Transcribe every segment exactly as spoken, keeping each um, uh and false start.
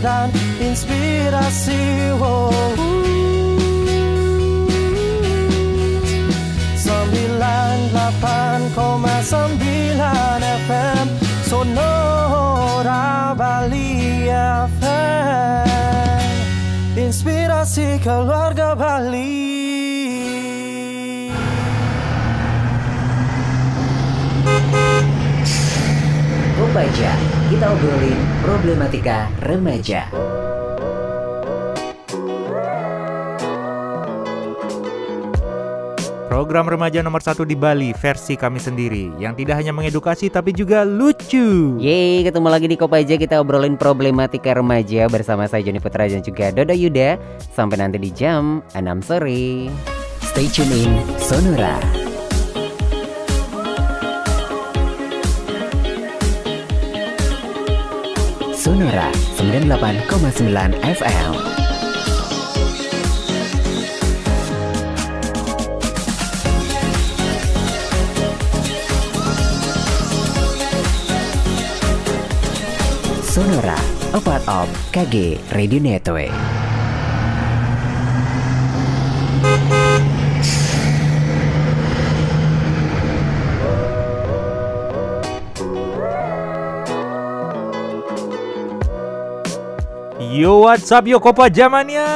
dan inspirasi. Wow. sembilan puluh delapan koma sembilan F M Sonora Bali F M, inspirasi keluarga Bali. Kopaja, kita obrolin problematika remaja. Program remaja nomor satu di Bali versi kami sendiri, yang tidak hanya mengedukasi tapi juga lucu. Yeay, ketemu lagi di Kopaja, kita obrolin problematika remaja bersama saya Joni Putra dan juga Dodo Yuda. Sampai nanti di jam enam sore. Stay tune in Sonora. Sonora sembilan puluh delapan koma sembilan F M. Sonora, a part of K G Radio Network. Yo, what's up yo Kopaja mania.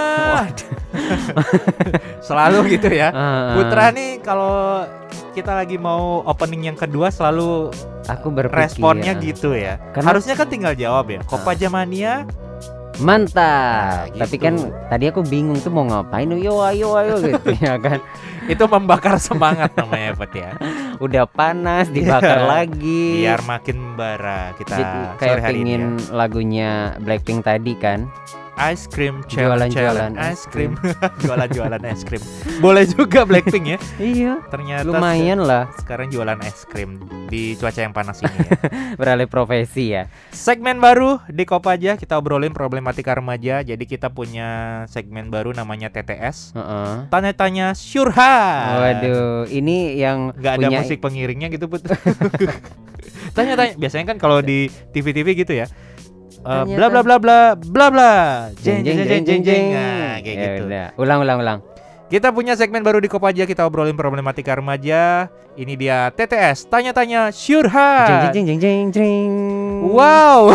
Selalu gitu ya. Uh, Putra nih kalau kita lagi mau opening yang kedua selalu aku berpikir responnya gitu ya. Karena harusnya kan tinggal jawab ya. Kopaja mania. Mantap. Nah, Tapi gitu. kan tadi aku bingung tuh mau ngapain. Yo ayo ayo gitu ya kan. Itu membakar semangat namanya Pet ya. Udah panas dibakar Iya. lagi. Biar makin bara kita Jadi sore kayak hari pingin ini ya. lagunya Blackpink tadi kan. Ice cream Jualan-jualan challenge, es ice cream. Jualan-jualan es krim. Boleh juga Blackpink ya. Iya. Ternyata Lumayan lah. sekarang jualan es krim di cuaca yang panas ini ya. Beralih profesi ya. Segmen baru di Kopaja, kita obrolin problematika remaja. Jadi kita punya segmen baru namanya T T S. Heeh. Tanya-tanya Syurhat. Waduh, ini yang Nggak ada punya musik pengiringnya gitu Put. Tanya-tanya. Biasanya kan kalau di T V T V gitu ya. Uh, bla bla bla bla bla bla jeng jeng jeng jeng jeng. Nah, kayak Ya gitu. udah. Ulang ulang ulang. Kita punya segmen baru di Kopaja, kita obrolin problematika remaja. Ini dia T T S, tanya-tanya Syurhat. Jeng jeng jeng jeng jeng. Wow.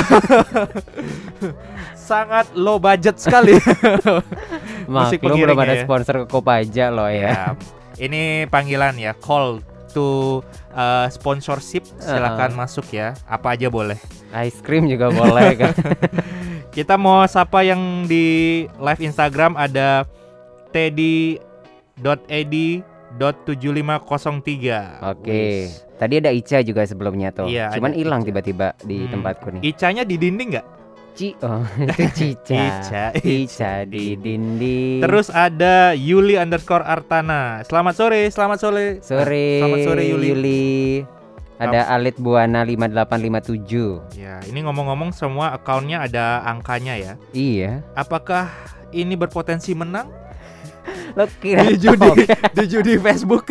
Sangat low budget sekali. Musik Maklum belum ada pengiringnya ya. sponsor ke Kopaja loh ya. Ya, ini panggilan ya, call to uh, sponsorship. Silakan Uh-uh. masuk ya. Apa aja boleh. Ice cream juga boleh kan. Kita mau sapa yang di live Instagram ada teddy dot edi dot tujuh lima nol tiga. Oke. Wis. Tadi ada Ica juga sebelumnya tuh. Iya, Cuman ada hilang Ica. tiba-tiba di Hmm. tempatku nih. Icanya di dinding nggak? Ci, oh itu Cica. Ica, Ica di dinding. Terus ada Yuli underscore Artana. Selamat sore, selamat sore. sore. Selamat sore Yuli. Ada Alit Buana lima delapan lima tujuh. Ya, ini ngomong-ngomong semua akunnya ada angkanya ya. Iya. Apakah ini berpotensi menang Lo kira di judi di judi Facebook?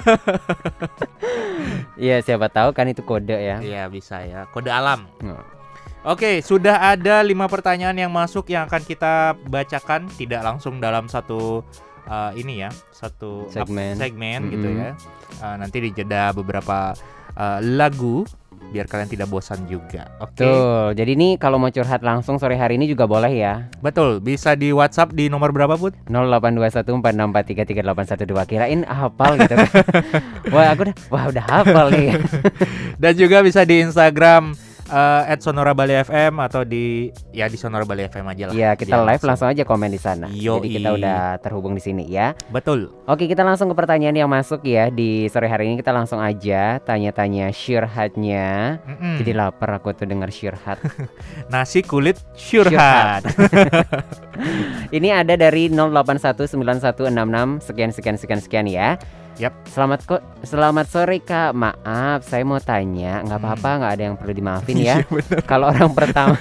Iya, siapa tahu kan itu kode ya. Iya, bisa ya. Kode alam. Oh. Oke, sudah ada lima pertanyaan yang masuk yang akan kita bacakan tidak langsung dalam satu uh, ini ya, satu ap- Segmen. segmen Mm-mm. gitu ya. Uh, nanti dijeda beberapa uh, lagu biar kalian tidak bosan juga. Oke. Tuh, jadi nih kalau mau curhat langsung sore hari ini juga boleh ya. Betul, bisa di WhatsApp di nomor berapa, Put? nol delapan dua satu empat enam empat tiga tiga delapan satu dua. Kirain hafal gitu kan. Wah, aku udah wah udah hafal nih. Dan juga bisa di Instagram uh, at sonora bali f m atau di ya di Sonora Bali F M aja lah. Iya, kita Biar live langsung aja komen di sana. Yoi. Jadi kita udah terhubung di sini ya. Betul. Oke, kita langsung ke pertanyaan yang masuk ya di sore hari ini. Kita langsung aja tanya-tanya Syurhatnya. Mm-mm. Jadi lapar aku tuh dengar Syurhat. Nasi kulit Syurhat. Ini ada dari nol delapan satu sembilan satu enam enam sekian sekian sekian sekian ya. Yap. Selamat kok, selamat sore Kak. Maaf, saya mau tanya, nggak apa-apa, nggak ada yang perlu dimaafin ya. Iya, bener. Kalau orang pertama,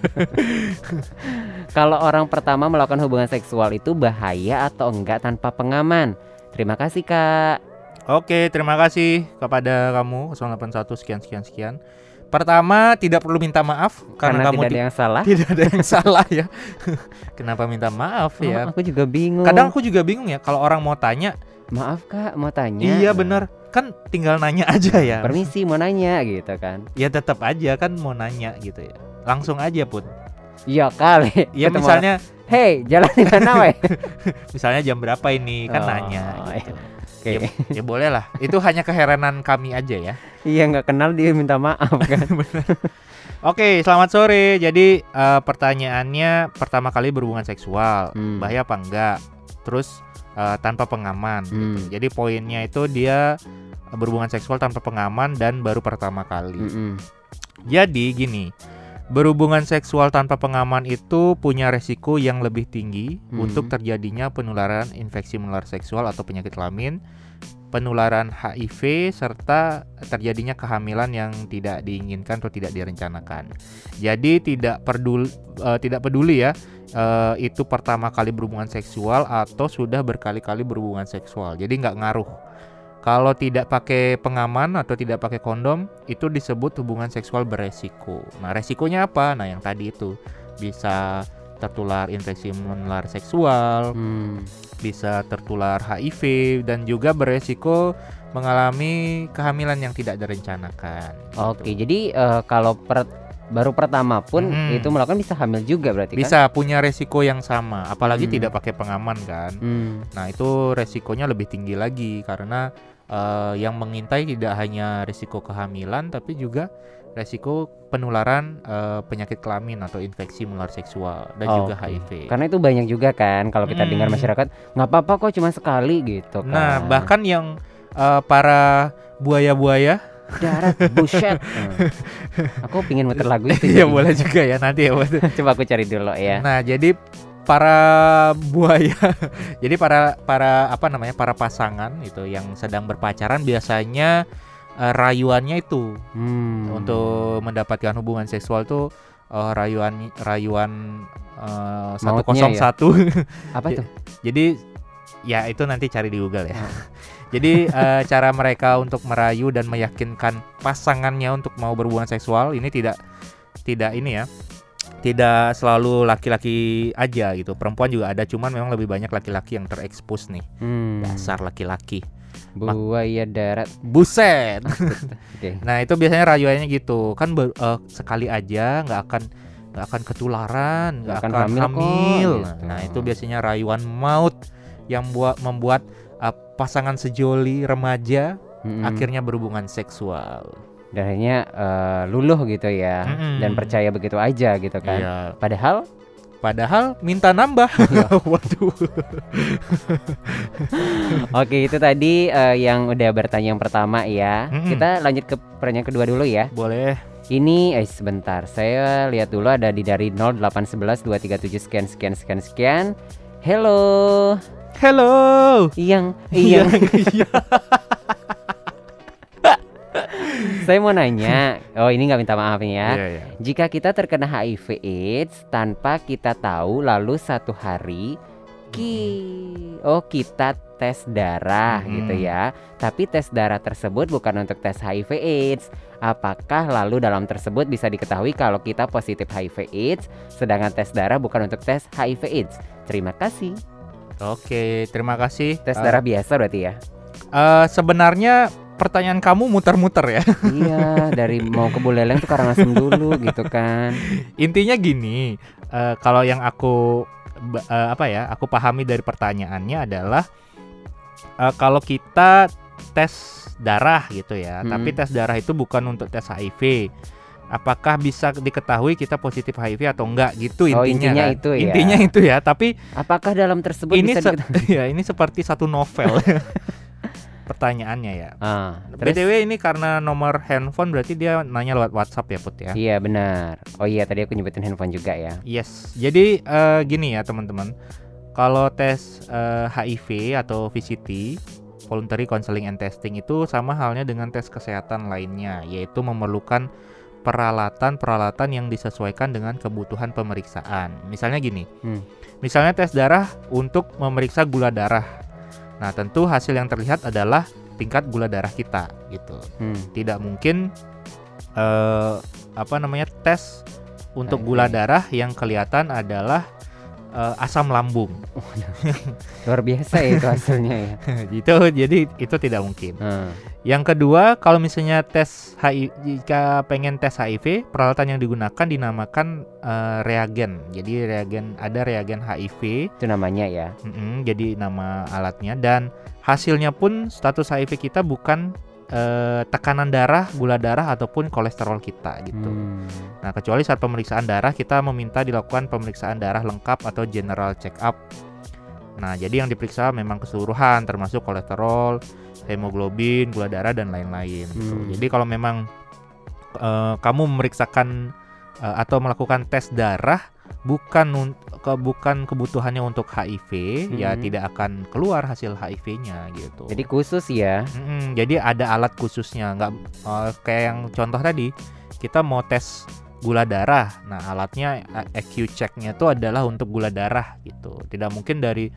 kalau orang pertama melakukan hubungan seksual itu bahaya atau enggak tanpa pengaman? Terima kasih Kak. Oke, terima kasih kepada kamu nol delapan satu sekian sekian sekian. Pertama, tidak perlu minta maaf Karena karena, kamu tidak ada di- yang salah. tidak ada yang salah ya. Kenapa minta maaf Oh, ya? aku juga bingung. Kadang aku juga bingung ya kalau orang mau tanya. Maaf Kak, mau tanya. Iya Nah, bener, kan tinggal nanya aja ya. Permisi mau nanya gitu kan. Ya tetap aja kan mau nanya gitu ya. Langsung aja pun. Iya kali. Ya Ketemu misalnya orang, hey jalan di mana weh? misalnya jam berapa ini kan Oh, nanya gitu. Oke. Ya, ya boleh lah. Itu hanya keheranan kami aja ya. Iya nggak kenal dia minta maaf kan. Oke, selamat sore. Jadi eh, pertanyaannya pertama kali berhubungan seksual, Hmm. bahaya apa enggak? Terus eh, tanpa pengaman. Gitu. Hmm. Jadi poinnya itu dia berhubungan seksual tanpa pengaman dan baru pertama kali. Mm-mm. Jadi gini, berhubungan seksual tanpa pengaman itu punya resiko yang lebih tinggi Hmm. untuk terjadinya penularan infeksi menular seksual atau penyakit kelamin, penularan H I V, serta terjadinya kehamilan yang tidak diinginkan atau tidak direncanakan. Jadi tidak peduli, uh, tidak peduli ya, uh, itu pertama kali berhubungan seksual atau sudah berkali-kali berhubungan seksual. Jadi nggak ngaruh. Kalau tidak pakai pengaman atau tidak pakai kondom, itu disebut hubungan seksual beresiko. Nah, resikonya apa? Nah, yang tadi itu bisa tertular infeksi menular seksual, Hmm. bisa tertular H I V, dan juga beresiko mengalami kehamilan yang tidak direncanakan. Oke, jadi eh, kalau per- baru pertama pun Hmm. itu melakukan bisa hamil juga berarti kan? Bisa punya resiko yang sama, apalagi Hmm. tidak pakai pengaman kan. Hmm. Nah, itu resikonya lebih tinggi lagi karena eh, yang mengintai tidak hanya resiko kehamilan tapi juga resiko penularan eh, penyakit kelamin atau infeksi menular seksual dan juga Oke. H I V. Karena itu banyak juga kan kalau kita Hmm. dengar masyarakat nggak apa-apa kok cuma sekali gitu kan. Nah, bahkan yang eh, para buaya-buaya, darat buset. Hmm. Aku pingin muter lagu itu. ya jadi. boleh juga ya nanti ya. buat- Coba aku cari dulu ya. Nah, jadi para buaya, jadi para para apa namanya para pasangan itu yang sedang berpacaran biasanya eh, rayuannya itu Hmm. untuk mendapatkan hubungan seksual tuh eh, rayuan rayuan eh, Mautnya satu kosong satu. Apa tuh? Jadi ya itu nanti cari di Google ya. Jadi eh, cara mereka untuk merayu dan meyakinkan pasangannya untuk mau berhubungan seksual ini tidak tidak ini ya. Tidak selalu laki-laki aja gitu. Perempuan juga ada, cuman memang lebih banyak laki-laki yang terekspos nih. Hmm. Dasar laki-laki. Buaya darat. Buset. Oke. Nah, itu biasanya rayuannya gitu. Kan ber- eh, sekali aja nggak akan nggak akan ketularan, nggak Nggak akan, akan hamil kok, hamil. gitu. Nah, itu biasanya rayuan maut yang buat membuat eh, pasangan sejoli remaja Mm-mm. akhirnya berhubungan seksual. Dan akhirnya eh, luluh gitu ya. Mm-mm. Dan percaya begitu aja gitu kan. Iya. Padahal Padahal minta nambah. Waduh. oke itu tadi eh, yang udah bertanya yang pertama ya. Mm-mm. Kita lanjut ke pertanyaan kedua dulu ya. Boleh. Ini eh sebentar. Saya lihat dulu ada di dari nol delapan satu satu dua tiga tujuh sekian sekian sekian sekian. Hello. Hello. Iyang, iyang. Iya. Saya mau nanya. Oh, ini nggak minta maaf nih ya. Iya, iya. Jika kita terkena H I V AIDS tanpa kita tahu, lalu satu hari ki oh kita tes darah Hmm. gitu ya. Tapi tes darah tersebut bukan untuk tes H I V AIDS. Apakah lalu dalam tersebut bisa diketahui kalau kita positif H I V AIDS, sedangkan tes darah bukan untuk tes H I V AIDS? Terima kasih. Oke, terima kasih. Tes Eh, darah biasa berarti ya? eh, sebenarnya pertanyaan kamu muter-muter ya. Iya, dari mau ke Buleleng tuh Karangasem dulu gitu kan. Intinya gini, eh, kalau yang aku ba- eh, apa ya, aku pahami dari pertanyaannya adalah eh, kalau kita tes darah gitu ya, Hmm. tapi tes darah itu bukan untuk tes H I V. Apakah bisa diketahui kita positif H I V atau enggak gitu Oh, intinya. intinya kan? itu ya. Intinya itu ya, tapi Apakah dalam tersebut ini bisa se- diketahui? ya ini seperti satu novel. Pertanyaannya ya. Ah, B T W ini karena nomor handphone berarti dia nanya lewat WhatsApp ya Put ya. Iya benar. Oh iya tadi aku nyebutin handphone juga ya. Yes. Jadi eh, gini ya teman-teman. Kalau tes eh, H I V atau V C T, Voluntary Counseling and Testing itu sama halnya dengan tes kesehatan lainnya, yaitu memerlukan peralatan-peralatan yang disesuaikan dengan kebutuhan pemeriksaan. Misalnya gini. Hmm. Misalnya tes darah untuk memeriksa gula darah. Nah, tentu hasil yang terlihat adalah tingkat gula darah kita gitu. Hmm. Tidak mungkin eh, apa namanya tes untuk H I V. gula darah yang kelihatan adalah eh, asam lambung. Luar biasa ya itu hasilnya ya. Gitu, jadi itu tidak mungkin. Hmm. Yang kedua, kalau misalnya tes H I V, jika pengen tes H I V, peralatan yang digunakan dinamakan eh, reagen. Jadi reagen, ada reagen H I V. Itu namanya ya. Mm-mm, jadi nama alatnya, dan hasilnya pun status H I V kita bukan eh, tekanan darah, gula darah ataupun kolesterol kita gitu. Hmm. Nah, kecuali saat pemeriksaan darah kita meminta dilakukan pemeriksaan darah lengkap atau general check up. Nah, jadi yang diperiksa memang keseluruhan termasuk kolesterol, hemoglobin, gula darah dan lain-lain gitu. Hmm. Jadi kalau memang eh, kamu memeriksakan eh, atau melakukan tes darah bukan un- ke bukan kebutuhannya untuk H I V, ya Hmm. tidak akan keluar hasil H I V-nya gitu. Jadi khusus ya. Mm-mm, jadi ada alat khususnya, nggak eh, kayak yang contoh tadi kita mau tes gula darah. Nah, alatnya eh, E Q check-nya itu adalah untuk gula darah gitu. Tidak mungkin dari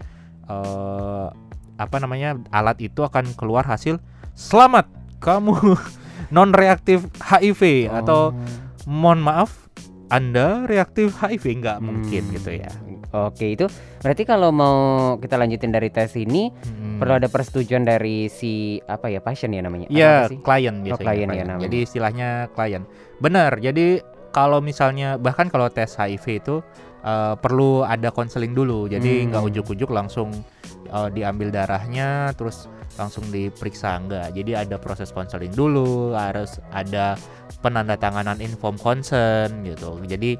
eh, apa namanya alat itu akan keluar hasil selamat kamu non reaktif H I V atau mohon maaf Anda reaktif H I V, nggak mungkin Hmm. gitu ya. Oke, itu berarti kalau mau kita lanjutin dari tes ini Hmm. perlu ada persetujuan dari si apa ya pasien ya namanya? Iya, Apa sih? klien biasanya. klien ya namanya. Jadi istilahnya klien. Benar. Jadi kalau misalnya bahkan kalau tes H I V itu eh, perlu ada konseling dulu. Jadi Hmm. nggak ujuk-ujuk langsung eh, diambil darahnya terus langsung diperiksa, enggak. Jadi ada proses konseling dulu, harus ada penandatanganan inform consent gitu. Jadi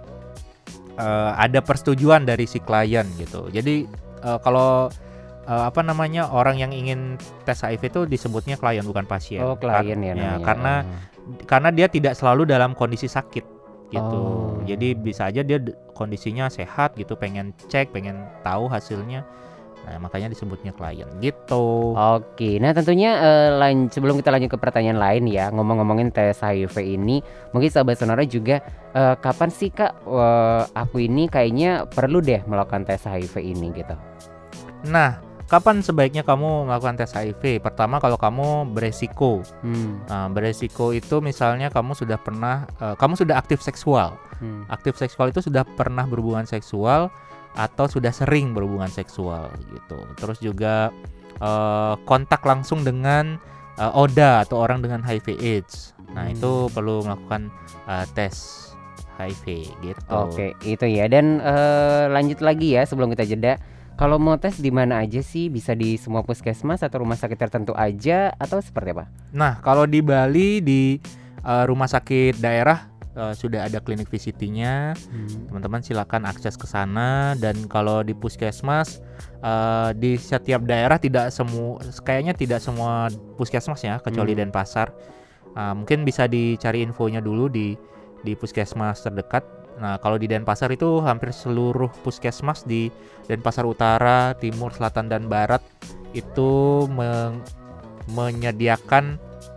eh, ada persetujuan dari si klien gitu. Jadi eh, kalau eh, apa namanya orang yang ingin tes H I V itu disebutnya klien bukan pasien. Oh, klien Kar- ya namanya. karena karena dia tidak selalu dalam kondisi sakit gitu. Oh. Jadi bisa aja dia d- kondisinya sehat gitu, pengen cek, pengen tahu hasilnya. Nah, makanya disebutnya klien gitu. Oke, nah tentunya eh, lan- sebelum kita lanjut ke pertanyaan lain ya, ngomong-ngomongin tes H I V ini, mungkin sahabat Sonora juga eh, kapan sih Kak eh, aku ini kayaknya perlu deh melakukan tes H I V ini gitu. Nah, kapan sebaiknya kamu melakukan tes H I V? Pertama, kalau kamu beresiko. Hmm. Nah, beresiko itu misalnya kamu sudah pernah, eh, kamu sudah aktif seksual. Hmm. Aktif seksual itu sudah pernah berhubungan seksual atau sudah sering berhubungan seksual gitu. Terus juga eh, kontak langsung dengan eh, O D A atau orang dengan H I V AIDS. Nah, Hmm. itu perlu melakukan eh, tes H I V gitu. Oke, itu ya. Dan eh, lanjut lagi ya sebelum kita jeda. Kalau mau tes di mana aja sih? Bisa di semua puskesmas atau rumah sakit tertentu aja atau seperti apa? Nah, kalau di Bali di eh, rumah sakit daerah eh, sudah ada klinik V C T-nya. Hmm. Teman-teman silakan akses ke sana, dan kalau di puskesmas eh, di setiap daerah tidak semua kayaknya tidak semua puskesmas ya, kecuali Hmm. Denpasar. Ah, mungkin bisa dicari infonya dulu di di puskesmas terdekat. Nah, kalau di Denpasar itu hampir seluruh puskesmas di Denpasar Utara, Timur, Selatan dan Barat itu meng- menyediakan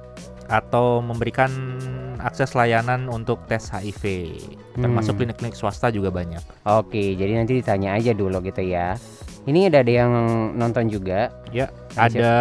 atau memberikan akses layanan untuk tes H I V. Termasuk Hmm. klinik-klinik swasta juga banyak. Oke, jadi nanti ditanya aja dulu gitu ya. Ini ada ada yang nonton juga. Ya, Ada ada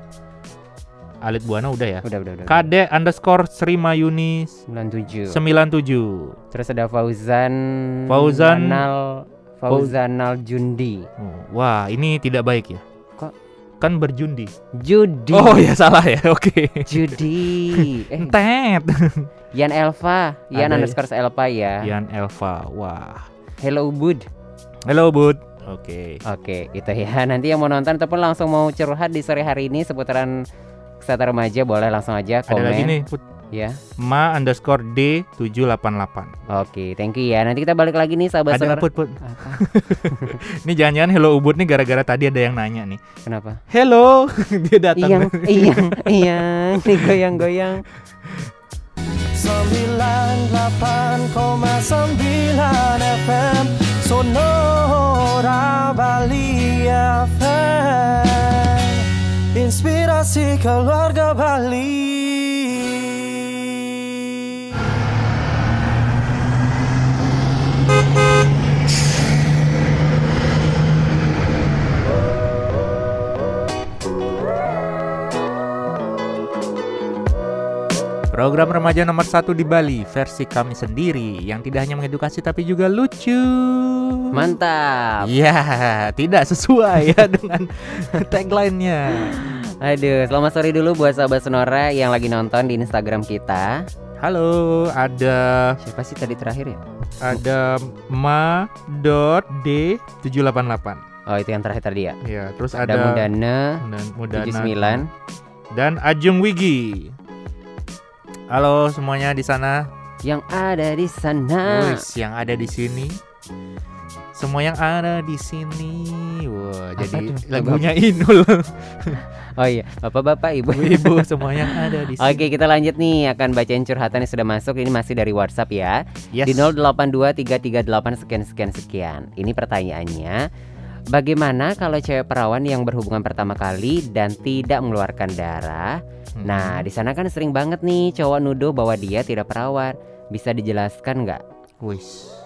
Alit Buana udah ya. Udah, udah, udah. K D underscore Sri Mayuni sembilan tujuh. sembilan tujuh. Terus ada Fauzan Fauzan- Manal Fauzanal Jundi. Oh, wah, ini tidak baik ya. Kok? Kan berjundi. Judi. Oh ya, salah ya. Oke. Judi. Eh, Entet. Yan Elva, Yan Ada- underscore Elva ya. Yan Elva. Wah. Hello Bud. Halo Bud. Oke. Oke, itu ya. Nanti yang mau nonton ataupun langsung mau curhat di sore hari ini seputaran kesehatan remaja, boleh langsung aja Ada komen. lagi nih, Put. Ya. Ma underscore D tujuh delapan delapan. Oke, thank you ya. Nanti kita balik lagi nih sahabat Ada sonora. Put, Put. Apa? Ini jangan-jangan Hello Ubud nih gara-gara tadi ada yang nanya nih. Kenapa? Hello. Dia datang. Iyang, iyang, iyang, digoyang-goyang. sembilan puluh delapan koma sembilan F M Sonora Bali F M, inspirasi keluarga Bali. Program remaja nomor satu di Bali, versi kami sendiri, yang tidak hanya mengedukasi tapi juga lucu. Mantap. Iya, tidak sesuai ya dengan tagline-nya. Aduh, selamat sore dulu buat sahabat Sonora yang lagi nonton di Instagram kita. Halo, ada Siapa sih tadi terakhir ya? ada ma dot d tujuh delapan delapan. Oh, itu yang terakhir tadi ya. Ya, terus Ada ada Mudana Mudan- Mudana tujuh sembilan. dan Ajung Wigi. Halo semuanya di sana. Yang ada di sana. Wis, yang ada di sini. Semua yang ada di sini. Wah, Apa jadi tuh? lagunya Inul. Oh iya, bapak-bapak, ibu. Ibu semua yang ada di sini. Oke, kita lanjut nih, akan bacain curhatan yang sudah masuk. Ini masih dari WhatsApp ya. Yes. Di nol delapan dua tiga tiga delapan sekian sekian sekian. Ini pertanyaannya, bagaimana kalau cewek perawan yang berhubungan pertama kali dan tidak mengeluarkan darah? Hmm. Nah, di sana kan sering banget nih cowok nuduh bahwa dia tidak perawan. Bisa dijelaskan nggak? Wis.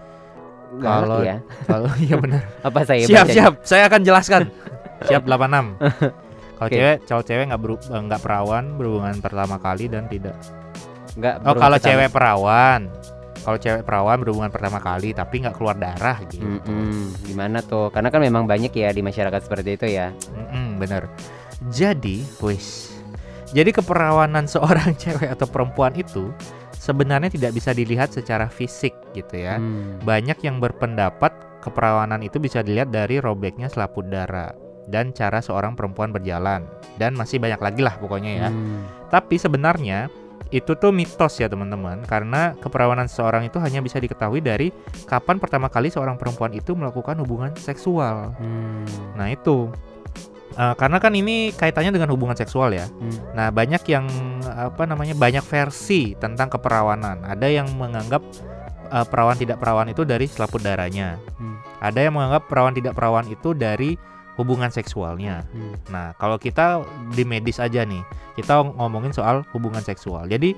Galak Kalau ya. kalau iya benar. Apa saya Siap, bacanya? siap. Saya akan jelaskan. Siap delapan enam. Kalau Oke. cewek, cowok cewek nggak beru- eh, nggak perawan berhubungan pertama kali dan tidak. Nggak, Oh, belum kalau ketemu. cewek perawan. Kalau cewek perawan berhubungan pertama kali tapi nggak keluar darah gitu. Mm-mm, gimana tuh? Karena kan memang banyak ya di masyarakat seperti itu ya. Mm-mm, bener. Jadi, wis. Jadi keperawanan seorang cewek atau perempuan itu sebenarnya tidak bisa dilihat secara fisik gitu ya. Hmm. Banyak yang berpendapat keperawanan itu bisa dilihat dari robeknya selaput darah dan cara seorang perempuan berjalan, dan masih banyak lagi lah pokoknya ya. Hmm. Tapi sebenarnya itu tuh mitos ya teman-teman, karena keperawanan seseorang itu hanya bisa diketahui dari kapan pertama kali seorang perempuan itu melakukan hubungan seksual. Hmm. Nah itu Uh, karena kan ini kaitannya dengan hubungan seksual ya. Hmm. Nah banyak yang apa namanya banyak versi tentang keperawanan. Ada yang menganggap uh, perawan tidak perawan itu dari selaput darahnya. Hmm. Ada yang menganggap perawan tidak perawan itu dari hubungan seksualnya. Hmm. Nah kalau kita di medis aja nih, kita ngomongin soal hubungan seksual. Jadi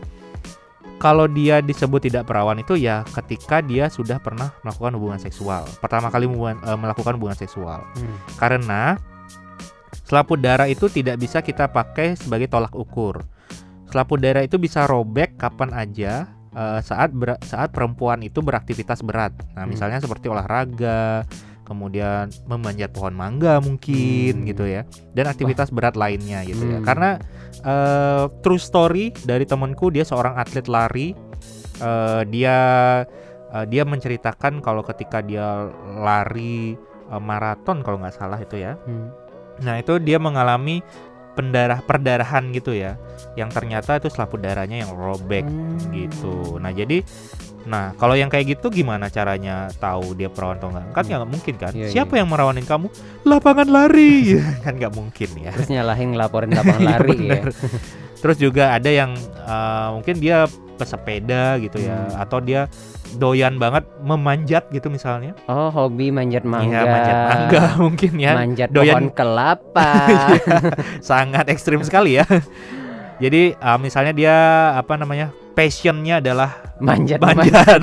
kalau dia disebut tidak perawan itu ya ketika dia sudah pernah melakukan hubungan seksual, pertama kali hubungan, uh, melakukan hubungan seksual. Hmm. Karena selaput darah itu tidak bisa kita pakai sebagai tolak ukur. Selaput darah itu bisa robek kapan aja uh, saat ber- saat perempuan itu beraktivitas berat. Nah, Hmm. misalnya seperti olahraga, kemudian memanjat pohon mangga mungkin Hmm. gitu ya, dan aktivitas berat lainnya gitu ya. Hmm. Karena uh, true story dari temanku, dia seorang atlet lari. Uh, dia uh, dia menceritakan kalau ketika dia lari uh, maraton kalau nggak salah itu ya. Hmm. Nah itu dia mengalami pendarah perdarahan gitu ya, yang ternyata itu selaput darahnya yang robek Hmm. gitu. Nah jadi, nah kalau yang kayak gitu gimana caranya tahu dia perawan atau enggak? Kan Hmm. nggak mungkin kan? Iya, Siapa iya. yang merawanin kamu? Lapangan lari kan nggak mungkin ya. Terus nyalahin ngelaporin lapangan Iya, lari ya. bener. Terus juga ada yang uh, mungkin dia pesepeda gitu ya, Hmm. atau dia doyan banget memanjat gitu misalnya. Oh, hobi manjat mangga. Iya, manjat mangga mungkin ya. Manjat Doyan- pohon kelapa. Sangat ekstrim sekali ya. Jadi uh, misalnya dia apa namanya passionnya adalah manjat manjat. manjat.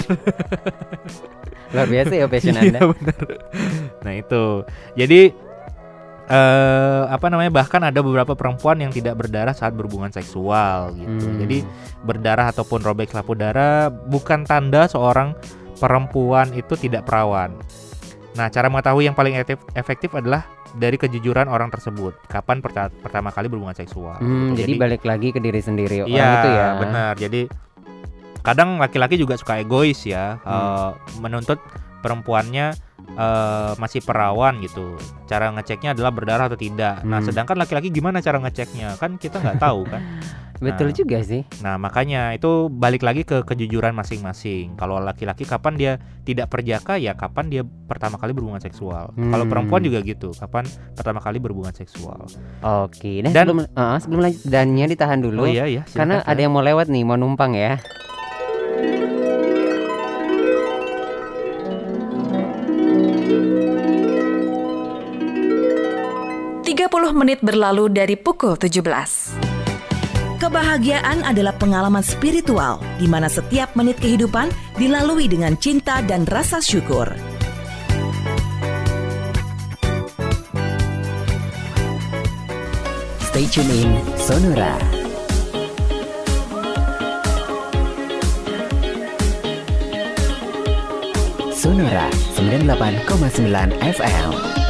Luar biasa ya passion Iya, Anda. bener. Nah itu. Jadi eh apa namanya bahkan ada beberapa perempuan yang tidak berdarah saat berhubungan seksual gitu. Hmm. Jadi berdarah ataupun robek selaput darah bukan tanda seorang perempuan itu tidak perawan. Nah, cara mengetahui yang paling efektif, efektif adalah dari kejujuran orang tersebut. Kapan perta- pertama kali berhubungan seksual. Hmm, gitu. jadi, balik lagi ke diri sendiri orang Iya, itu ya. benar. Jadi kadang laki-laki juga suka egois ya, Hmm. eh, menuntut perempuannya eh, masih perawan gitu. Cara ngeceknya adalah berdarah atau tidak. Nah, Hmm. sedangkan laki-laki gimana cara ngeceknya? Kan kita nggak tahu kan. Betul Nah. juga sih. Nah, makanya itu balik lagi ke kejujuran masing-masing. Kalau laki-laki kapan dia tidak perjaka, ya kapan dia pertama kali berhubungan seksual. Kalau Hmm. perempuan juga gitu, kapan pertama kali berhubungan seksual. Oke. Nah, Dan- sebelum uh, sebelum lanjut dannya ditahan dulu. Oh iya ya, Karena ada yang mau lewat nih, mau numpang ya. tiga puluh menit berlalu dari pukul tujuh belas. Kebahagiaan adalah pengalaman spiritual di mana setiap menit kehidupan dilalui dengan cinta dan rasa syukur. Stay tune in Sonora. Sonora sembilan puluh delapan koma sembilan F M.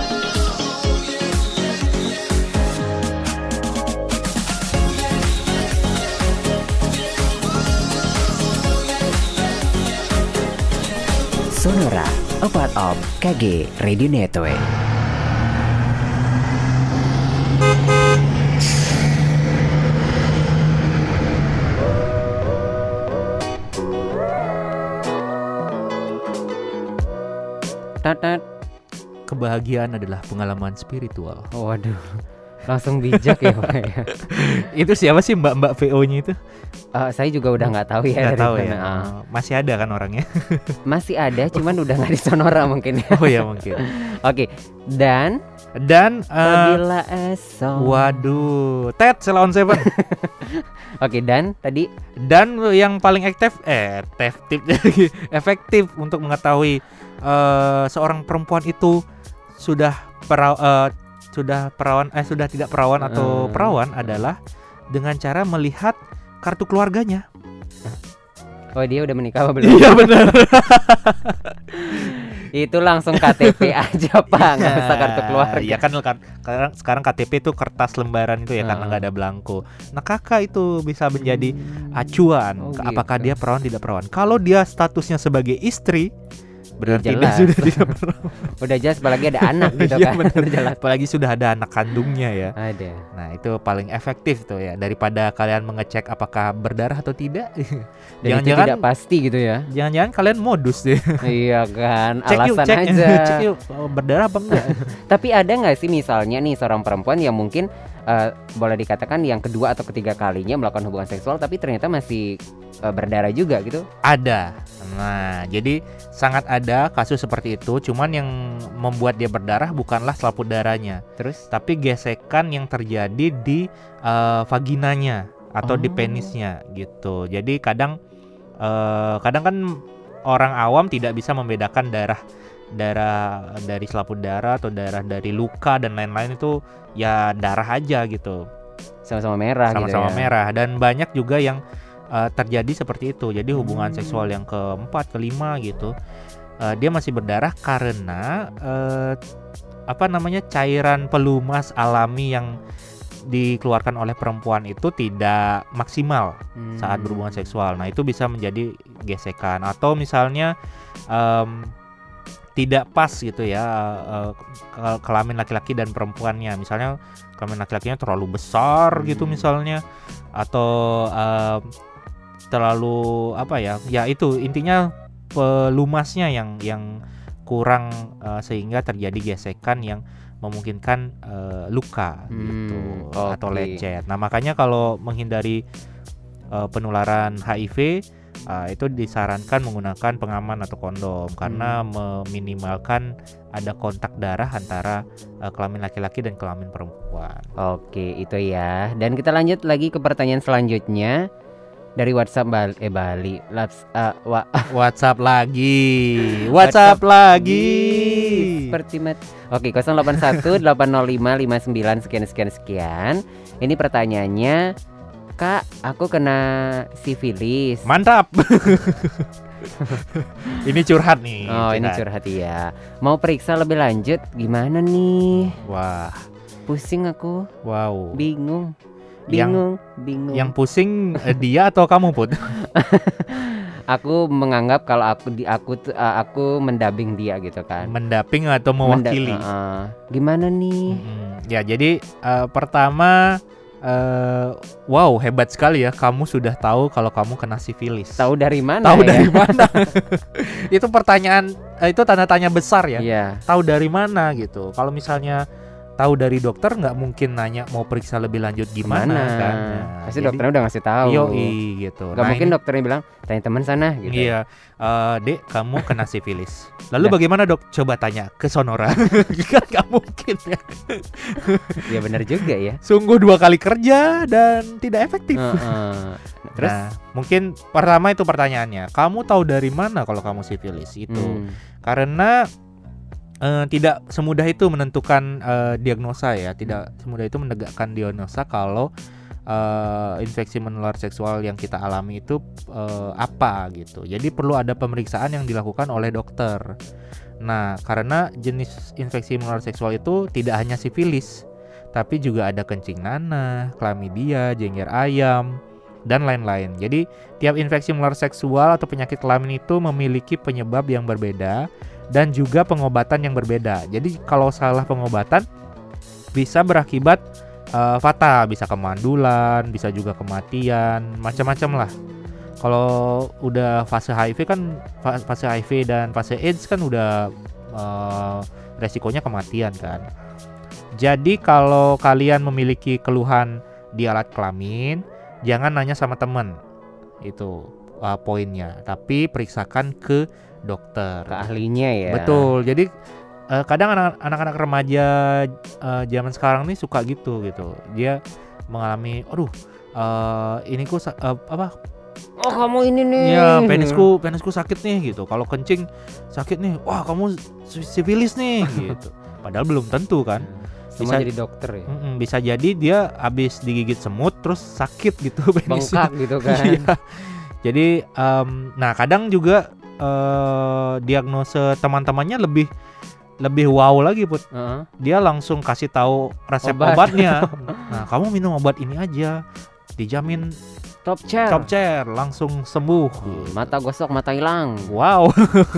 Sonora, a part of K G Radio Network. Tat-tat. Kebahagiaan adalah pengalaman spiritual. Waduh, langsung bijak ya Pak ya. Itu siapa sih mbak-mbak V O-nya itu? Uh, saya juga udah nggak tahu ya. Nggak tahu ya. Uh. Masih ada kan orangnya? Masih ada, cuman udah nggak di Sonora mungkin ya. Oh ya mungkin. Oke, dan dan uh, bila esok. Waduh, Ted Selawan Seven. Oke, dan tadi dan yang paling aktif eh efektif efektif untuk mengetahui uh, seorang perempuan itu sudah peraw, uh, sudah perawan eh sudah tidak perawan atau Hmm. perawan adalah dengan cara melihat kartu keluarganya. oh dia udah menikah apa belum? Iya benar. Itu langsung K T P aja Pak, nggak usah kartu keluarga. Iya kan kan sekarang, sekarang K T P itu kertas lembaran itu ya, Hmm. karena nggak ada belangko. Nah kakak itu bisa menjadi acuan Oh, ke apakah gitu. dia perawan tidak perawan. Kalau dia statusnya sebagai istri, berarti dia jelas. sudah tidak perawan. Udah jelas, apalagi ada anak gitu Iya, kan. benar. Jelas. Apalagi sudah ada anak kandungnya ya. Ada. Nah itu paling efektif tuh ya, daripada kalian mengecek apakah berdarah atau tidak. Dan itu tidak pasti gitu ya. Jangan-jangan kalian modus deh. Iya kan, Cek yuk, alasan cek, aja. cek yuk oh, berdarah apa enggak. Tapi ada nggak sih misalnya nih seorang perempuan yang mungkin uh, boleh dikatakan yang kedua atau ketiga kalinya melakukan hubungan seksual tapi ternyata masih uh, berdarah juga gitu? Ada. Nah, jadi sangat ada kasus seperti itu. Cuman yang membuat dia berdarah bukanlah selaput darahnya, Terus? tapi gesekan yang terjadi di uh, vaginanya atau di Oh. penisnya gitu. Jadi kadang uh, kadang kan orang awam tidak bisa membedakan darah darah dari selaput darah atau darah dari luka dan lain-lain, itu ya darah aja gitu. Sama-sama merah gitu Sama-sama ya. merah, dan banyak juga yang uh, terjadi seperti itu. Jadi hubungan Hmm. seksual yang keempat, kelima gitu, uh, dia masih berdarah karena uh, apa namanya cairan pelumas alami yang dikeluarkan oleh perempuan itu tidak maksimal Hmm. saat berhubungan seksual. Nah itu bisa menjadi gesekan, atau misalnya um, tidak pas gitu ya uh, ke- kelamin laki-laki dan perempuannya. Misalnya kelamin laki-lakinya terlalu besar gitu Hmm. misalnya, atau um, terlalu apa ya? Ya itu intinya pelumasnya yang yang kurang uh, sehingga terjadi gesekan yang memungkinkan uh, luka Hmm, gitu atau oke. lecet. Nah makanya kalau menghindari uh, penularan H I V uh, itu disarankan menggunakan pengaman atau kondom karena Hmm. meminimalkan ada kontak darah antara uh, kelamin laki-laki dan kelamin perempuan. Oke, itu ya. Dan kita lanjut lagi ke pertanyaan selanjutnya dari WhatsApp Bali, eh Bali, Laps, uh, wa, WhatsApp lagi, WhatsApp lagi. seperti mat. Oke, nol delapan satu delapan nol lima lima sembilan sekian sekian sekian. Ini pertanyaannya, Kak, aku kena sifilis. Mantap. Ini curhat nih. Oh, ini curhat ya. Mau periksa lebih lanjut gimana nih? Wah, Pusing aku, wow. bingung. Yang- Bingung, bingung. Yang pusing eh, dia atau kamu, Put? Aku menganggap kalau aku di aku tuh, uh, aku mendabing dia gitu kan. Mendaping atau Menda- mewakili? uh, uh. Gimana nih? Mm-mm. Ya, jadi eh, pertama eh, wow, hebat sekali ya, kamu sudah tahu kalau kamu kena sifilis. Tahu dari mana? Tahu ya? dari mana? Itu pertanyaan, eh, itu tanda tanya besar ya. Iya. Tahu dari mana gitu. Kalau misalnya tahu dari dokter, nggak mungkin nanya mau periksa lebih lanjut gimana Mana? kan. Nah, Pasti jadi- dokternya udah ngasih tahu. Yoi gitu. Gak Nah, mungkin ini- dokternya bilang tanya teman sana gitu. Iya, eh, Dek, kamu kena sifilis. Lalu Nah. bagaimana, Dok? Coba tanya ke Sonora. Kan nggak mungkin ya. Ya benar juga ya. Sungguh dua kali kerja dan tidak efektif. Uh-uh. Terus Nah, mungkin pertama itu pertanyaannya, kamu tahu dari mana kalau kamu sifilis? Itu hmm, karena eh, tidak semudah itu menentukan eh, diagnosa ya, tidak semudah itu menegakkan diagnosa kalau uh, infeksi menular seksual yang kita alami itu uh, apa gitu. Jadi perlu ada pemeriksaan yang dilakukan oleh dokter. Nah, karena jenis infeksi menular seksual itu tidak hanya sifilis, tapi juga ada kencing nanah, klamidia, jengger ayam, dan lain-lain. Jadi tiap infeksi menular seksual atau penyakit kelamin itu memiliki penyebab yang berbeda dan juga pengobatan yang berbeda. Jadi kalau salah pengobatan bisa berakibat uh, fatal, bisa kemandulan, bisa juga kematian, macam-macam lah. Kalau udah fase H I V kan, fase H I V dan fase AIDS kan udah uh, resikonya kematian kan. Jadi kalau kalian memiliki keluhan di alat kelamin, jangan nanya sama teman, itu uh, poinnya. Tapi periksakan ke dokter, ke ahlinya ya. Betul. Jadi uh, kadang anak- anak-anak remaja uh, zaman sekarang nih suka gitu gitu. Dia mengalami, aduh, uh, ini ku sa- uh, apa? Oh kamu ini nih. Ya penisku penisku sakit nih gitu. Kalau kencing sakit nih, wah kamu sifilis nih gitu. Padahal belum tentu kan. Semua Bisa- jadi dokter ya. Mm-mm, bisa jadi dia habis digigit semut terus sakit gitu penisnya. Bengkak gitu kan. Iya. Jadi um, nah kadang juga uh, diagnose teman-temannya lebih lebih wow lagi Put. Heeh. Dia langsung kasih tahu resep Obat. obatnya. Nah, kamu minum obat ini aja. Dijamin Top chair. top chair langsung sembuh. Hmm, mata gosok mata hilang. Wow.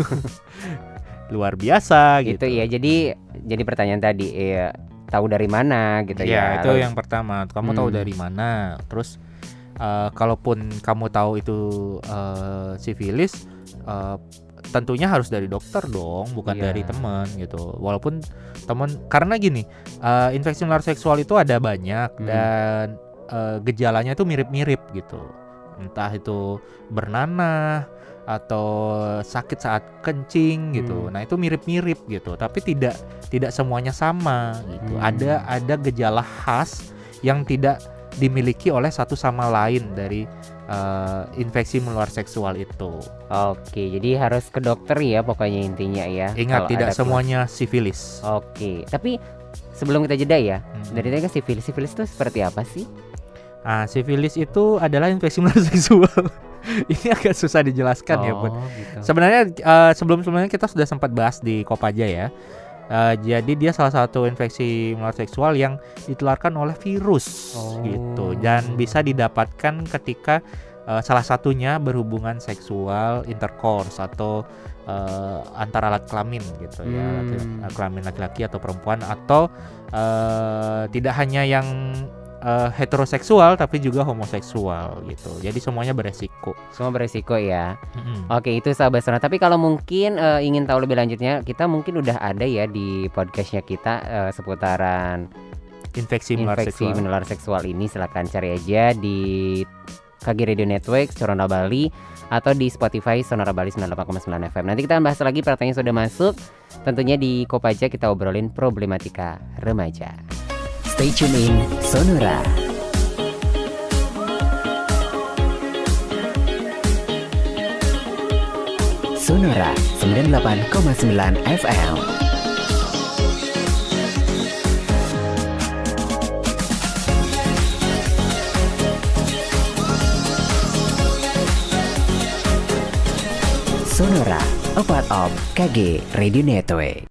Luar biasa Gitu gitu. ya. Jadi jadi pertanyaan tadi ya, tahu dari mana gitu Iya, ya. itu Lalu- yang pertama. Kamu tahu Hmm. dari mana? Terus uh, kalaupun kamu tahu itu uh, sifilis, uh, tentunya harus dari dokter dong, bukan Iya. dari teman gitu. Walaupun teman, karena gini, uh, infeksi menular seksual itu ada banyak Hmm. dan uh, gejalanya itu mirip-mirip gitu. Entah itu bernanah atau sakit saat kencing gitu. Hmm. Nah, itu mirip-mirip gitu, tapi tidak tidak semuanya sama gitu. Hmm. Ada ada gejala khas yang tidak dimiliki oleh satu sama lain dari uh, infeksi menular seksual itu. Oke, jadi harus ke dokter ya pokoknya intinya ya. Ingat, kalau tidak ada semuanya sifilis. keluhan. Oke, tapi sebelum kita jeda ya, Hmm. dari tadi kan sifilis, sifilis itu seperti apa sih? Ah, sifilis itu adalah infeksi menular seksual. Ini agak susah dijelaskan ya, Bun. gitu. Sebenarnya uh, sebelum-sebelumnya kita sudah sempat bahas di Kopaja ya. Uh, jadi dia salah satu infeksi menular seksual yang ditularkan oleh virus Oh. gitu, dan bisa didapatkan ketika uh, salah satunya berhubungan seksual intercourse atau uh, antara alat kelamin gitu ya, Hmm. laki- kelamin laki-laki atau perempuan, atau uh, tidak hanya yang uh, heteroseksual tapi juga homoseksual gitu. Jadi semuanya beresiko. Semua beresiko ya. Mm-mm. Oke, itu sahabat Sonora. Tapi kalau mungkin eh, ingin tahu lebih lanjutnya, kita mungkin udah ada ya di podcastnya kita eh, seputaran Infeksi menular infeksi seksual. menular seksual ini. Silakan cari aja di K G Radio Network Sonora Bali atau di Spotify Sonora Bali sembilan puluh delapan koma sembilan F M. Nanti kita bahas lagi, pertanyaan sudah masuk. Tentunya di Kopaja kita obrolin problematika remaja. Stay tune in Sonora. Sonora sembilan puluh delapan koma sembilan F M. Sonora, a part of K G Radio Network.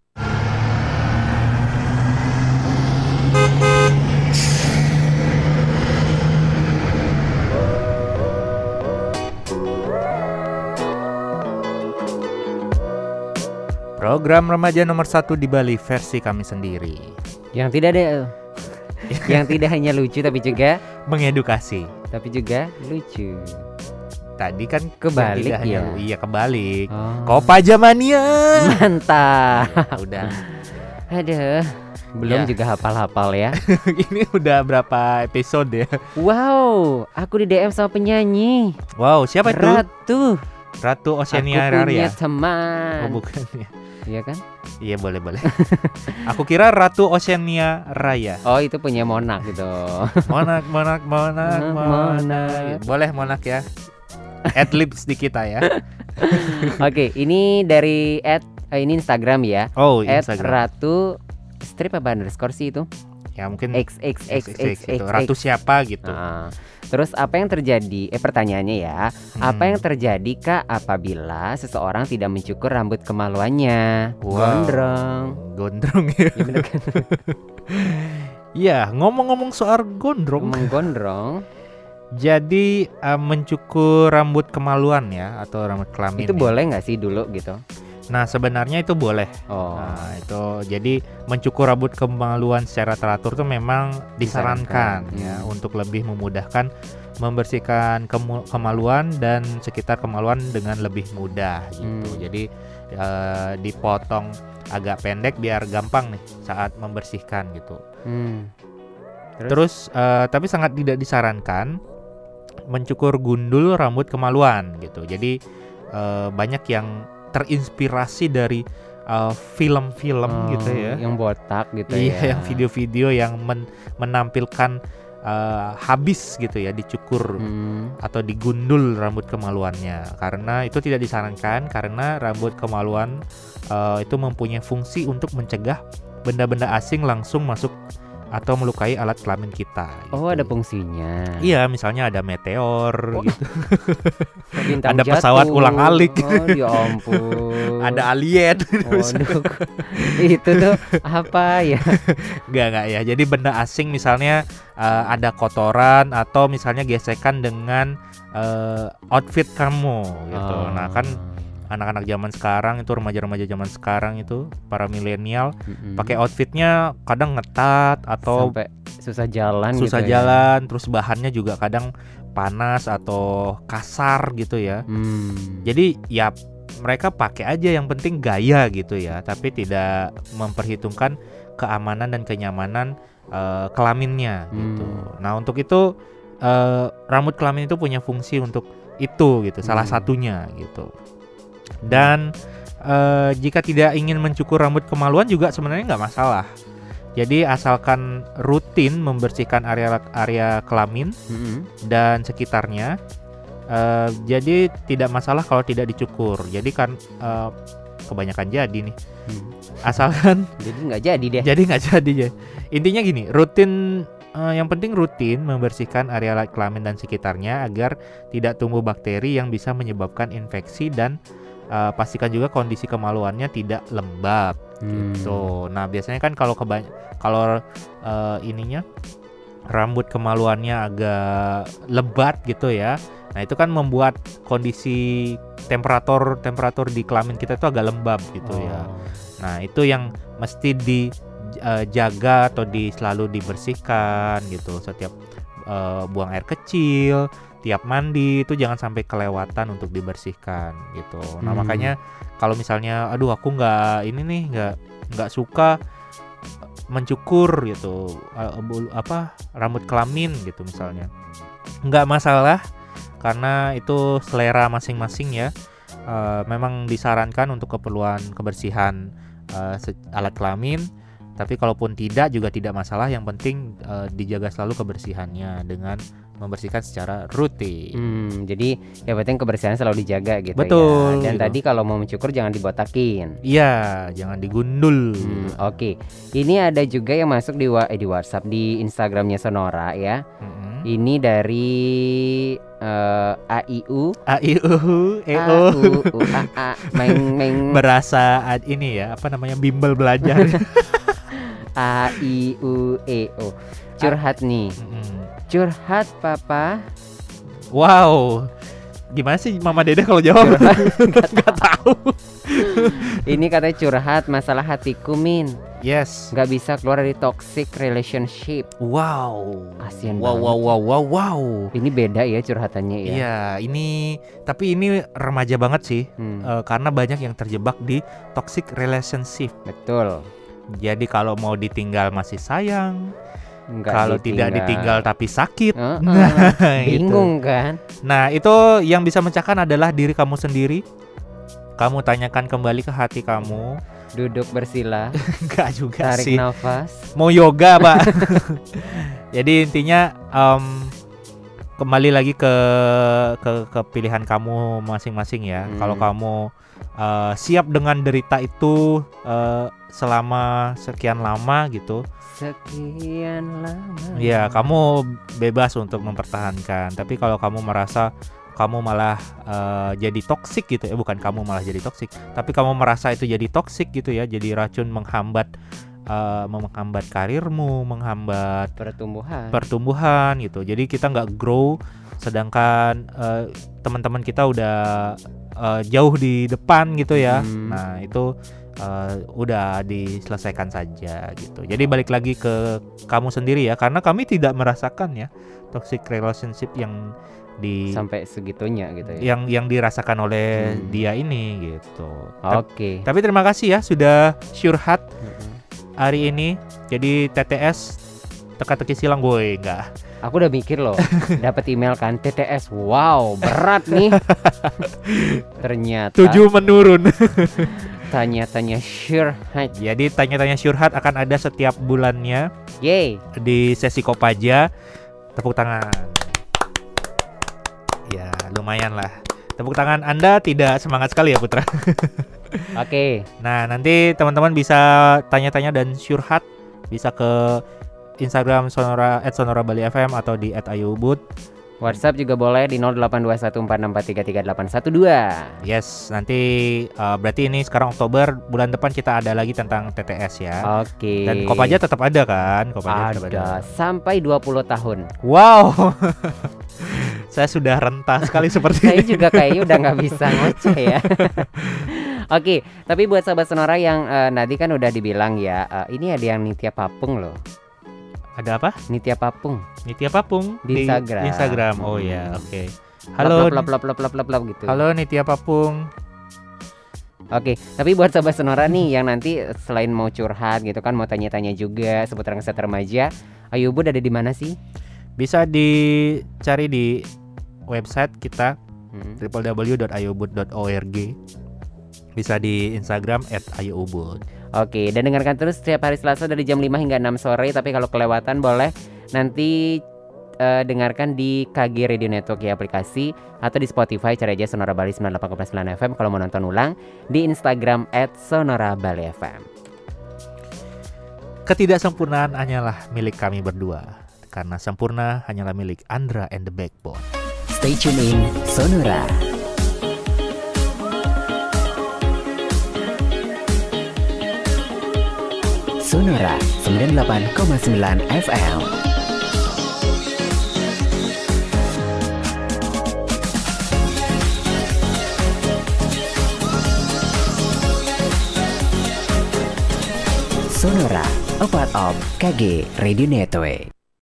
Program remaja nomor satu di Bali versi kami sendiri. Yang tidak ada yang tidak hanya lucu tapi juga Mengedukasi. tapi juga lucu. Tadi kan Kebalik yang tidak hanya ya? lu- Iya kebalik. Oh. Kopaja mania. Mantap. Udah. Aduh, belum Ya. juga hafal-hafal ya. Ini udah berapa episode ya? Wow, aku di D M sama penyanyi Wow, siapa itu? Ratu. Ratu Oceania Aku punya Raria. teman. Oh, bukan ya. Iya kan? Iya, boleh boleh. Aku kira Ratu Oceania Raya. Oh, itu punya Monak gitu. Monak, monak, monak, Monak, monak. monak. Boleh monak ya. Adlibs di kita ya. Oke, ini dari at, eh, ini Instagram ya. Oh, At Instagram. Ratu strip apa underscore sih itu? Ya mungkin X X X X X gitu. Ratu siapa gitu. Nah, terus apa yang terjadi? Eh pertanyaannya ya, Hmm. apa yang terjadi Kak apabila seseorang tidak mencukur rambut kemaluannya? Wow. Gondrong. Gondrong ya. Ya bener kan? Iya, ngomong-ngomong soal gondrong. Ngomong gondrong, Jadi uh, mencukur rambut kemaluan ya atau rambut kelamin. itu ya. boleh nggak sih dulu gitu? Nah, sebenarnya itu boleh. Oh. Nah, itu jadi mencukur rambut kemaluan secara teratur tuh memang disarankan, Disarankan. ya Hmm. untuk lebih memudahkan membersihkan kemu- kemaluan dan sekitar kemaluan dengan lebih mudah gitu. Hmm. Jadi eh, dipotong agak pendek biar gampang nih saat membersihkan gitu. Hmm. Terus, eh, tapi sangat tidak disarankan mencukur gundul rambut kemaluan gitu. Jadi eh, banyak yang terinspirasi dari uh, film-film Oh, gitu ya. yang botak gitu Iya, ya. yang video-video yang men- menampilkan uh, habis gitu ya dicukur Hmm. atau digundul rambut kemaluannya. Karena itu tidak disarankan karena rambut kemaluan uh, itu mempunyai fungsi untuk mencegah benda-benda asing langsung masuk atau melukai alat kelamin kita. Oh, gitu. ada fungsinya. Iya, misalnya ada meteor Oh. gitu. Bintang Ada pesawat jatuh. ulang-alik. Oh, ya ampun. Ada alien. Waduh. Itu tuh apa ya? Enggak, enggak ya. Jadi benda asing misalnya uh, ada kotoran atau misalnya gesekan dengan uh, outfit kamu gitu. Oh. Nah, kan anak-anak zaman sekarang itu, remaja-remaja zaman sekarang itu, para milenial Mm-mm. pakai outfitnya kadang ngetat atau sampai susah jalan susah gitu ya. jalan, terus bahannya juga kadang panas atau kasar gitu ya. Hmm. Jadi ya mereka pakai aja, yang penting gaya gitu ya, tapi tidak memperhitungkan keamanan dan kenyamanan uh, kelaminnya gitu. Hmm. Nah, untuk itu uh, rambut kelamin itu punya fungsi untuk itu gitu, salah Hmm. satunya gitu. Dan uh, jika tidak ingin mencukur rambut kemaluan juga sebenarnya nggak masalah. Jadi asalkan rutin membersihkan area area kelamin Mm-mm. dan sekitarnya. Uh, jadi tidak masalah kalau tidak dicukur. Jadi kan uh, kebanyakan jadi nih. Hmm. Asalkan Jadi nggak jadi deh. jadi nggak jadi ya. Intinya gini, rutin. Uh, yang penting rutin membersihkan area kelamin dan sekitarnya agar tidak tumbuh bakteri yang bisa menyebabkan infeksi, dan uh, pastikan juga kondisi kemaluannya tidak lembab. Hmm. Gitu. Nah, biasanya kan kalau keba- kalau uh, ininya rambut kemaluannya agak lebat gitu ya. Nah, itu kan membuat kondisi temperatur temperatur di kelamin kita itu agak lembab gitu Oh. ya. Nah, itu yang mesti dijaga atau di selalu dibersihkan gitu. Setiap uh, buang air kecil, tiap mandi itu jangan sampai kelewatan untuk dibersihkan gitu. Nah, Hmm. makanya kalau misalnya aduh aku nggak ini nih nggak nggak suka mencukur gitu uh, bulu- apa rambut kelamin gitu misalnya, nggak masalah karena itu selera masing-masing ya. Uh, memang disarankan untuk keperluan kebersihan uh, se- alat kelamin, tapi kalaupun tidak juga tidak masalah, yang penting uh, dijaga selalu kebersihannya dengan membersihkan secara rutin. Hmm, jadi yang penting kebersihan selalu dijaga gitu Betul, ya. Dan gitu. tadi kalau mau mencukur jangan dibotakin. Iya, jangan digundul. Hmm, Oke, ini ada juga yang masuk di wa- eh, di WhatsApp, di Instagramnya Sonora ya. Mm-mm. Ini dari eh, A I U A I U E A O U U A A meng meng berasa ad- ini ya apa namanya bimbel belajar. A I U E O. Curhat nih. Mm-mm. Curhat papa. Wow, gimana sih Mama Dede kalau jawab? Curhat. Gak tahu. Ini katanya curhat masalah hatiku Min. Yes. Nggak bisa keluar dari toxic relationship. Wow. Kasian Wow, banget. wow, wow, wow, wow. Ini beda ya curhatannya ya. Iya, ini tapi ini remaja banget sih, Hmm, eh, karena banyak yang terjebak di toxic relationship. betul. Jadi kalau mau ditinggal masih sayang, Nggak kalau tidak ditinggal tapi sakit. Heeh, Nah, itu. bingung kan? Nah, itu yang bisa mencahkan adalah diri kamu sendiri. Kamu tanyakan kembali ke hati kamu. Duduk bersila, Enggak juga tarik sih. nafas. Mau yoga, Pak. Jadi intinya em, kembali lagi ke, ke ke pilihan kamu masing-masing ya. Hmm. Kalau kamu uh, siap dengan derita itu uh, selama sekian lama gitu. Sekian lama. Ya, kamu bebas untuk mempertahankan. Tapi kalau kamu merasa kamu malah uh, jadi toksik gitu ya, bukan kamu malah jadi toksik, tapi kamu merasa itu jadi toksik gitu ya, jadi racun menghambat uh, menghambat karirmu, menghambat pertumbuhan. Pertumbuhan gitu. Jadi kita nggak grow, sedangkan uh, teman-teman kita udah uh, jauh di depan gitu ya. Hmm. Nah, itu Uh, udah diselesaikan saja gitu. Jadi balik lagi ke kamu sendiri ya, karena kami tidak merasakan ya toxic relationship yang di sampai segitunya gitu ya. Yang yang dirasakan oleh hmm. dia ini gitu. Oke. Okay. Tapi terima kasih ya sudah curhat hmm. hari ini. Jadi T T S teka-teki silang gue enggak. Aku udah mikir loh, dapat email kan T T S. Wow, berat nih. Ternyata tujuh menurun. Tanya-tanya Syurhat. Jadi tanya-tanya Syurhat akan ada setiap bulannya. Yeay. Di sesi Kopaja. Tepuk tangan. Ya, lumayan lah. Tepuk tangan Anda tidak semangat sekali ya, Putra. Oke. Okay. Nah, nanti teman-teman bisa tanya-tanya dan Syurhat bisa ke Instagram Sonora at Sonora Bali F M atau di at ayubud. WhatsApp juga boleh di nol delapan dua satu empat enam empat tiga tiga delapan satu dua. Yes, nanti uh, berarti ini sekarang Oktober, bulan depan kita ada lagi tentang T T S ya. Oke. Okay. Dan Kopaja tetap ada kan? Kopaja ada. tetap ada Sampai dua puluh tahun. Wow. Saya sudah rentah sekali seperti Saya ini. juga kayaknya udah nggak bisa ngoceh ya. Oke, okay, tapi buat sahabat Sonora yang uh, tadi kan udah dibilang ya, uh, ini ada yang Nitya Papung loh. Ada apa? Nitya Papung. Nitya Papung di, di Instagram. Instagram. Oh ya, oke. Okay. Halo. Lap, lap, lap, lap, lap, lap, gitu. Halo Nitya Papung. Oke, okay, tapi buat sahabat Sonora nih yang nanti selain mau curhat gitu kan, mau tanya-tanya juga seputar kesehatan remaja, Ayubud ada di mana sih? Bisa dicari di website kita hmm. w w w dot ayubud dot org. Bisa di Instagram at ayubud. Oke, dan dengarkan terus setiap hari Selasa dari jam lima hingga enam sore. Tapi kalau kelewatan boleh nanti uh, dengarkan di K G Radio Network ya, aplikasi, atau di Spotify cari aja Sonora Bali sembilan puluh delapan koma sembilan F M. Kalau mau nonton ulang di Instagram at Sonora Bali F M. Ketidaksempurnaan hanyalah milik kami berdua, karena sempurna hanyalah milik Andra and the Backbone. Stay tune in Sonora. Sonora sembilan puluh delapan koma sembilan F M. Sonora, a part of K G Radio Network.